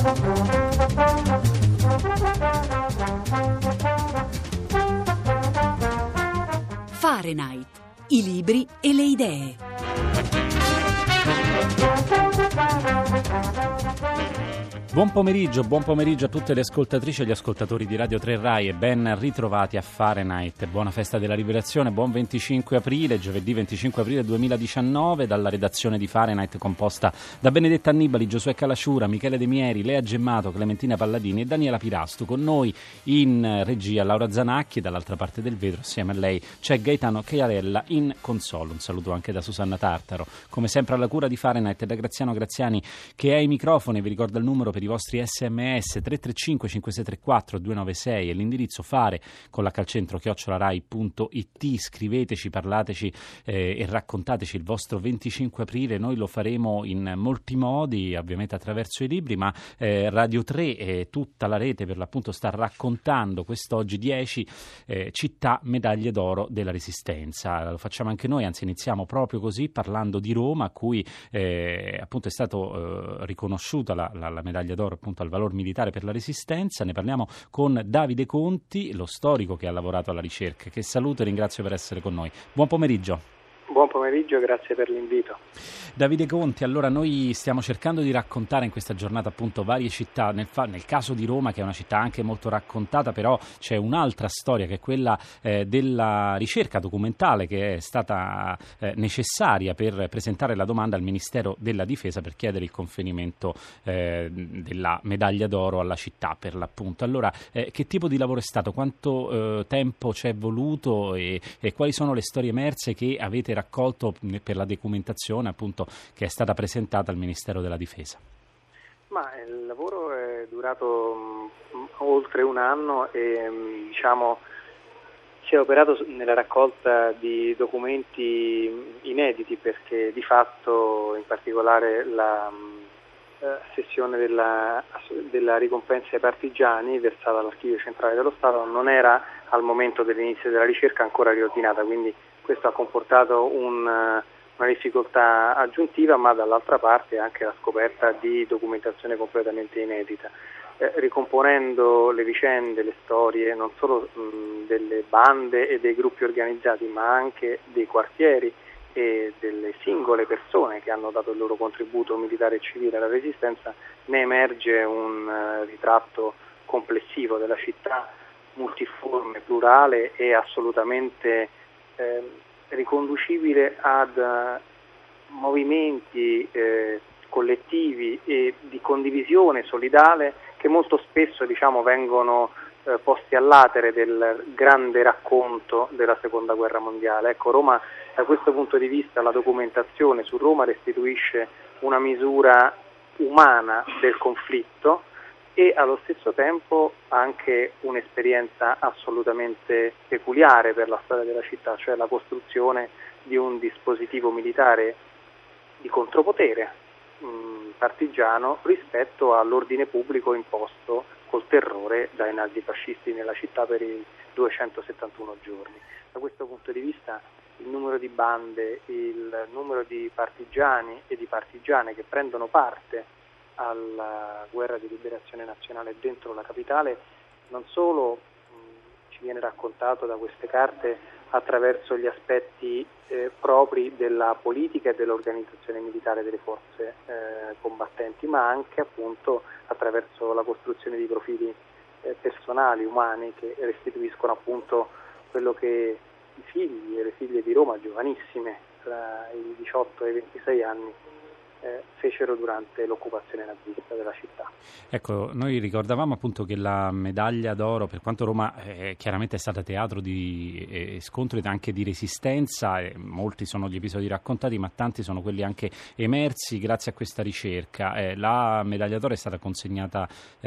Fahrenheit, i libri e le idee. Buon pomeriggio a tutte le ascoltatrici e gli ascoltatori di Radio 3 Rai e ben ritrovati a Fahrenheit. Buona festa della Liberazione, buon 25 aprile, giovedì 25 aprile 2019, dalla redazione di Fahrenheit composta da Benedetta Annibali, Giosuè Calasciura, Michele De Mieri, Lea Gemmato, Clementina Palladini e Daniela Pirastu. Con noi in regia Laura Zanacchi, dall'altra parte del vetro assieme a lei c'è Gaetano Chiarella in console. Un saluto anche da Susanna Tartaro, come sempre alla cura di Fahrenheit e da Graziano Graziani che è ai microfoni. Vi ricordo il numero per i vostri sms 335 5634 296 e l'indirizzo fare con @rai.it. Scriveteci, parlateci e raccontateci il vostro 25 aprile. Noi lo faremo in molti modi, ovviamente attraverso i libri, ma Radio 3 e tutta la rete per l'appunto sta raccontando quest'oggi 10 città medaglie d'oro della Resistenza. Lo facciamo anche noi, anzi iniziamo proprio così parlando di Roma, a cui appunto è stato riconosciuta la medaglia d'oro appunto al valor militare per la Resistenza. Ne parliamo con Davide Conti, lo storico che ha lavorato alla ricerca, che saluto e ringrazio per essere con noi. Buon pomeriggio. Buon pomeriggio, grazie per l'invito. Davide Conti, allora noi stiamo cercando di raccontare in questa giornata appunto varie città, nel caso di Roma, che è una città anche molto raccontata, però c'è un'altra storia che è quella della ricerca documentale che è stata necessaria per presentare la domanda al Ministero della Difesa per chiedere il conferimento della medaglia d'oro alla città per l'appunto. Allora, che tipo di lavoro è stato? Quanto tempo ci è voluto e quali sono le storie emerse che avete raccolto per la documentazione appunto che è stata presentata al Ministero della Difesa? Ma il lavoro è durato oltre un anno e si è operato nella raccolta di documenti inediti, perché di fatto in particolare la sessione della ricompensa ai partigiani versata all'Archivio Centrale dello Stato non era al momento dell'inizio della ricerca ancora riordinata, quindi questo ha comportato una difficoltà aggiuntiva, ma dall'altra parte anche la scoperta di documentazione completamente inedita. Ricomponendo le vicende, le storie non solo delle bande e dei gruppi organizzati, ma anche dei quartieri e delle singole persone che hanno dato il loro contributo militare e civile alla Resistenza, ne emerge un ritratto complessivo della città, multiforme, plurale e assolutamente riconducibile ad movimenti collettivi e di condivisione solidale che molto spesso vengono posti all'atere del grande racconto della Seconda Guerra Mondiale. Ecco, Roma, da questo punto di vista, la documentazione su Roma restituisce una misura umana del conflitto e allo stesso tempo anche un'esperienza assolutamente peculiare per la storia della città, cioè la costruzione di un dispositivo militare di contropotere partigiano rispetto all'ordine pubblico imposto col terrore dai nazifascisti nella città per i 271 giorni. Da questo punto di vista il numero di bande, il numero di partigiani e di partigiane che prendono parte alla guerra di liberazione nazionale dentro la capitale non solo ci viene raccontato da queste carte attraverso gli aspetti propri della politica e dell'organizzazione militare delle forze combattenti, ma anche appunto attraverso la costruzione di profili personali, umani, che restituiscono appunto quello che i figli e le figlie di Roma, giovanissime, tra i 18 e i 26 anni, fecero durante l'occupazione nazista della città. Ecco, noi ricordavamo appunto che la medaglia d'oro, per quanto Roma chiaramente è stata teatro di scontri anche di resistenza, molti sono gli episodi raccontati, ma tanti sono quelli anche emersi grazie a questa ricerca. La medaglia d'oro è stata consegnata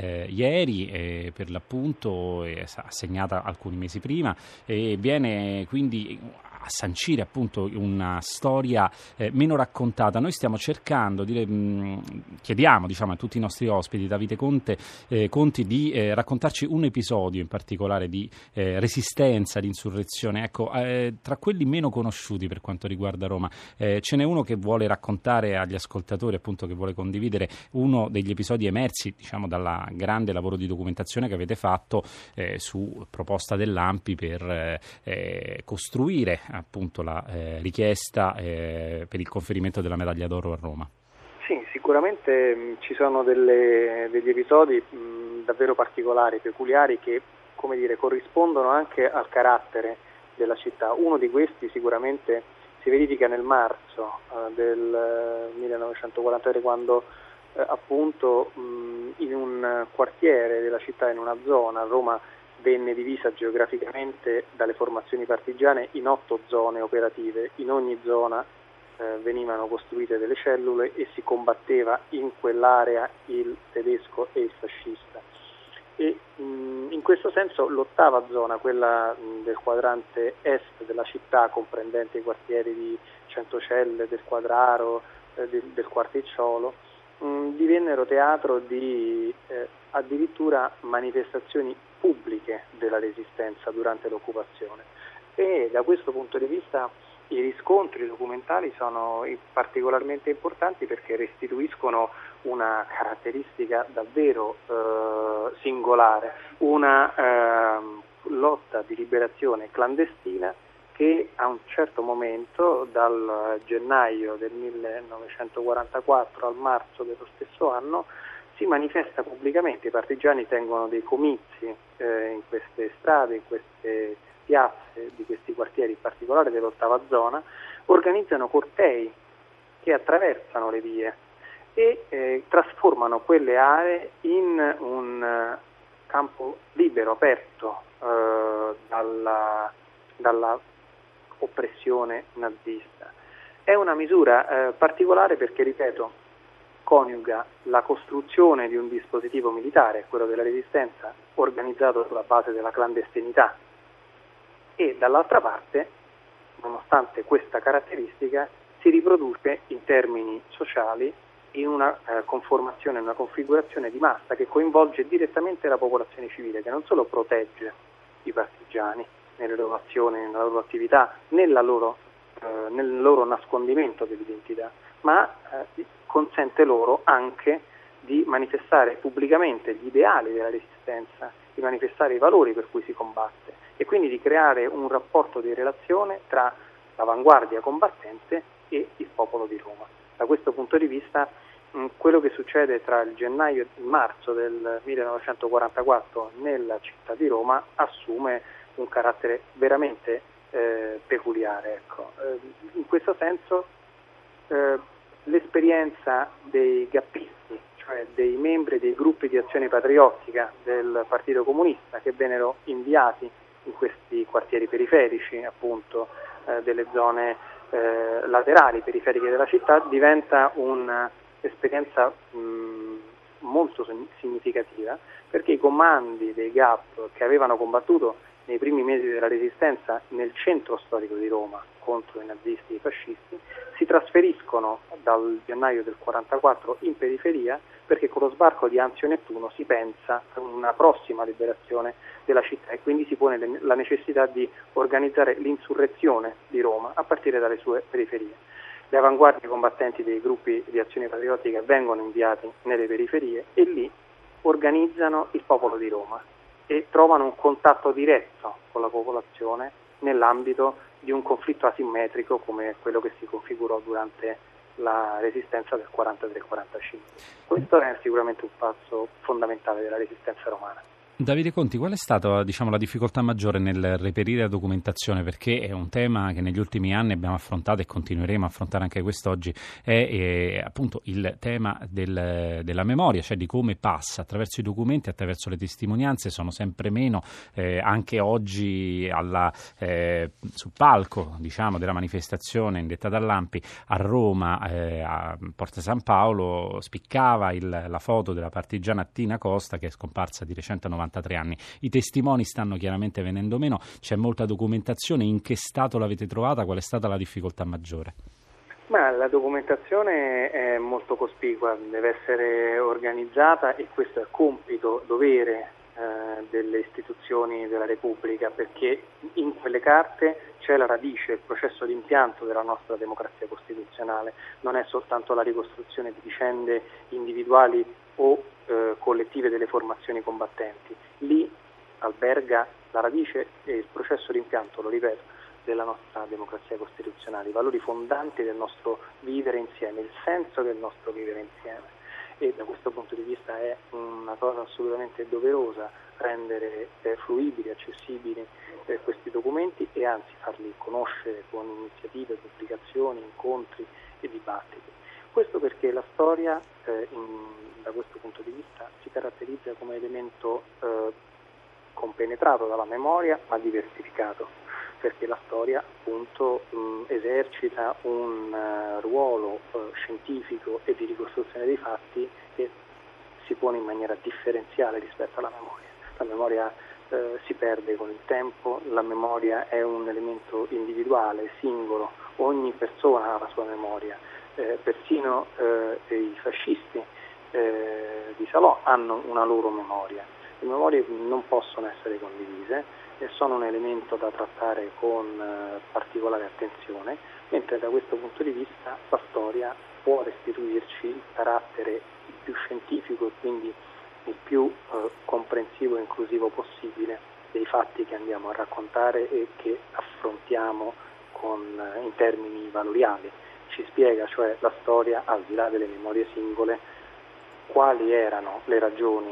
ieri, per l'appunto, assegnata alcuni mesi prima, e viene quindi sancire appunto una storia meno raccontata. Noi stiamo cercando, chiediamo diciamo a tutti i nostri ospiti, Davide Conti, di raccontarci un episodio in particolare di resistenza, di insurrezione. Ecco, tra quelli meno conosciuti per quanto riguarda Roma, ce n'è uno che vuole raccontare agli ascoltatori, appunto, che vuole condividere uno degli episodi emersi, diciamo, dalla grande lavoro di documentazione che avete fatto su proposta dell'ANPI per costruire appunto la richiesta per il conferimento della medaglia d'oro a Roma. Sì, sicuramente ci sono degli episodi davvero particolari, peculiari, che, come dire, corrispondono anche al carattere della città. Uno di questi sicuramente si verifica nel marzo del 1943, quando appunto in un quartiere della città, in una zona, Roma venne divisa geograficamente dalle formazioni partigiane in 8 zone operative. In ogni zona venivano costruite delle cellule e si combatteva in quell'area il tedesco e il fascista. E in questo senso l'8ª zona, quella del quadrante est della città, comprendente i quartieri di Centocelle, del Quadraro, del Quarticciolo, divennero teatro di addirittura manifestazioni pubbliche della resistenza durante l'occupazione, e da questo punto di vista i riscontri documentali sono particolarmente importanti, perché restituiscono una caratteristica davvero singolare, una lotta di liberazione clandestina che a un certo momento, dal gennaio del 1944 al marzo dello stesso anno, si manifesta pubblicamente. I partigiani tengono dei comizi in queste strade, in queste piazze di questi quartieri, in particolare dell'8ª zona, organizzano cortei che attraversano le vie e trasformano quelle aree in un campo libero, aperto dalla oppressione nazista. È una misura particolare perché, ripeto, coniuga la costruzione di un dispositivo militare, quello della resistenza, organizzato sulla base della clandestinità, e dall'altra parte, nonostante questa caratteristica, si riproduce in termini sociali in una conformazione, in una configurazione di massa che coinvolge direttamente la popolazione civile, che non solo protegge i partigiani nelle loro azioni, nella loro attività, nel loro nascondimento dell'identità, ma consente loro anche di manifestare pubblicamente gli ideali della resistenza, di manifestare i valori per cui si combatte, e quindi di creare un rapporto di relazione tra l'avanguardia combattente e il popolo di Roma. Da questo punto di vista quello che succede tra il gennaio e il marzo del 1944 nella città di Roma assume un carattere veramente peculiare. Ecco. In questo senso l'esperienza dei gappisti, cioè dei membri dei gruppi di azione patriottica del Partito Comunista, che vennero inviati in questi quartieri periferici, appunto delle zone laterali, periferiche della città, diventa un'esperienza molto significativa, perché i comandi dei GAP, che avevano combattuto nei primi mesi della resistenza nel centro storico di Roma contro i nazisti e i fascisti, si trasferiscono dal gennaio del 1944 in periferia, perché con lo sbarco di Anzio Nettuno si pensa a una prossima liberazione della città, e quindi si pone la necessità di organizzare l'insurrezione di Roma a partire dalle sue periferie. Le avanguardie combattenti dei gruppi di azione patriottica vengono inviati nelle periferie e lì organizzano il popolo di Roma e trovano un contatto diretto con la popolazione nell'ambito di un conflitto asimmetrico come quello che si configurò durante la resistenza del 43-45. Questo è sicuramente un passo fondamentale della resistenza romana. Davide Conti, qual è stata, la difficoltà maggiore nel reperire la documentazione? Perché è un tema che negli ultimi anni abbiamo affrontato e continueremo a affrontare anche quest'oggi, è appunto il tema della memoria, cioè di come passa attraverso i documenti, attraverso le testimonianze. Sono sempre meno, anche oggi sul palco della manifestazione indetta dall'ANPI a Roma, a Porta San Paolo, spiccava la foto della partigiana Tina Costa, che è scomparsa di recente a 90 93 anni. I testimoni stanno chiaramente venendo meno, c'è molta documentazione. In che stato l'avete trovata? Qual è stata la difficoltà maggiore? Ma la documentazione è molto cospicua, deve essere organizzata e questo è compito, dovere delle istituzioni della Repubblica, perché in quelle carte c'è la radice, il processo di impianto della nostra democrazia costituzionale, non è soltanto la ricostruzione di vicende individuali o collettive delle formazioni combattenti. Lì alberga la radice e il processo di impianto, lo ripeto, della nostra democrazia costituzionale, i valori fondanti del nostro vivere insieme, il senso del nostro vivere insieme. E da questo punto di vista è una cosa assolutamente doverosa rendere fruibili, accessibili questi documenti e anzi farli conoscere con iniziative, pubblicazioni, incontri e dibattiti. Questo perché la storia da questo punto di vista si caratterizza come elemento compenetrato dalla memoria ma diversificato, perché la storia appunto esercita un ruolo scientifico e di ricostruzione dei fatti che si pone in maniera differenziale rispetto alla memoria. La memoria si perde con il tempo, la memoria è un elemento individuale, singolo, ogni persona ha la sua memoria, persino i fascisti di Salò hanno una loro memoria. Le memorie non possono essere condivise e sono un elemento da trattare con particolare attenzione, mentre da questo punto di vista la storia può restituirci il carattere il più scientifico e quindi il più comprensivo e inclusivo possibile dei fatti che andiamo a raccontare e che affrontiamo in termini valoriali. Ci spiega cioè la storia, al di là delle memorie singole, quali erano le ragioni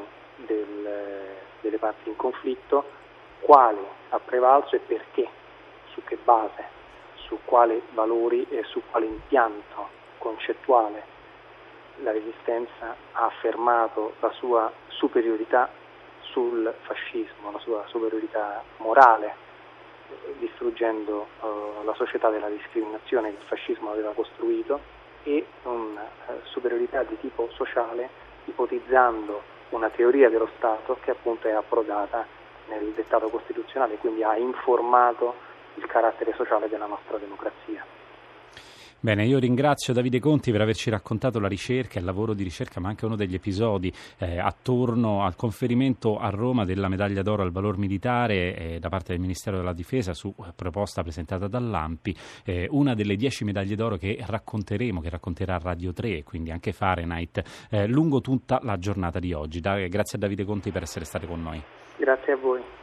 delle parti in conflitto, quale ha prevalso e perché, su che base, su quali valori e su quale impianto concettuale la Resistenza ha affermato la sua superiorità sul fascismo, la sua superiorità morale, distruggendo la società della discriminazione che il fascismo aveva costruito, e una superiorità di tipo sociale, ipotizzando una teoria dello Stato che appunto è approdata nel dettato costituzionale, quindi ha informato il carattere sociale della nostra democrazia. Bene, io ringrazio Davide Conti per averci raccontato la ricerca, il lavoro di ricerca, ma anche uno degli episodi attorno al conferimento a Roma della medaglia d'oro al valor militare da parte del Ministero della Difesa su proposta presentata dall'ANPI, una delle 10 medaglie d'oro che racconterà Radio 3 e quindi anche Fahrenheit lungo tutta la giornata di oggi. Grazie a Davide Conti per essere stato con noi. Grazie a voi.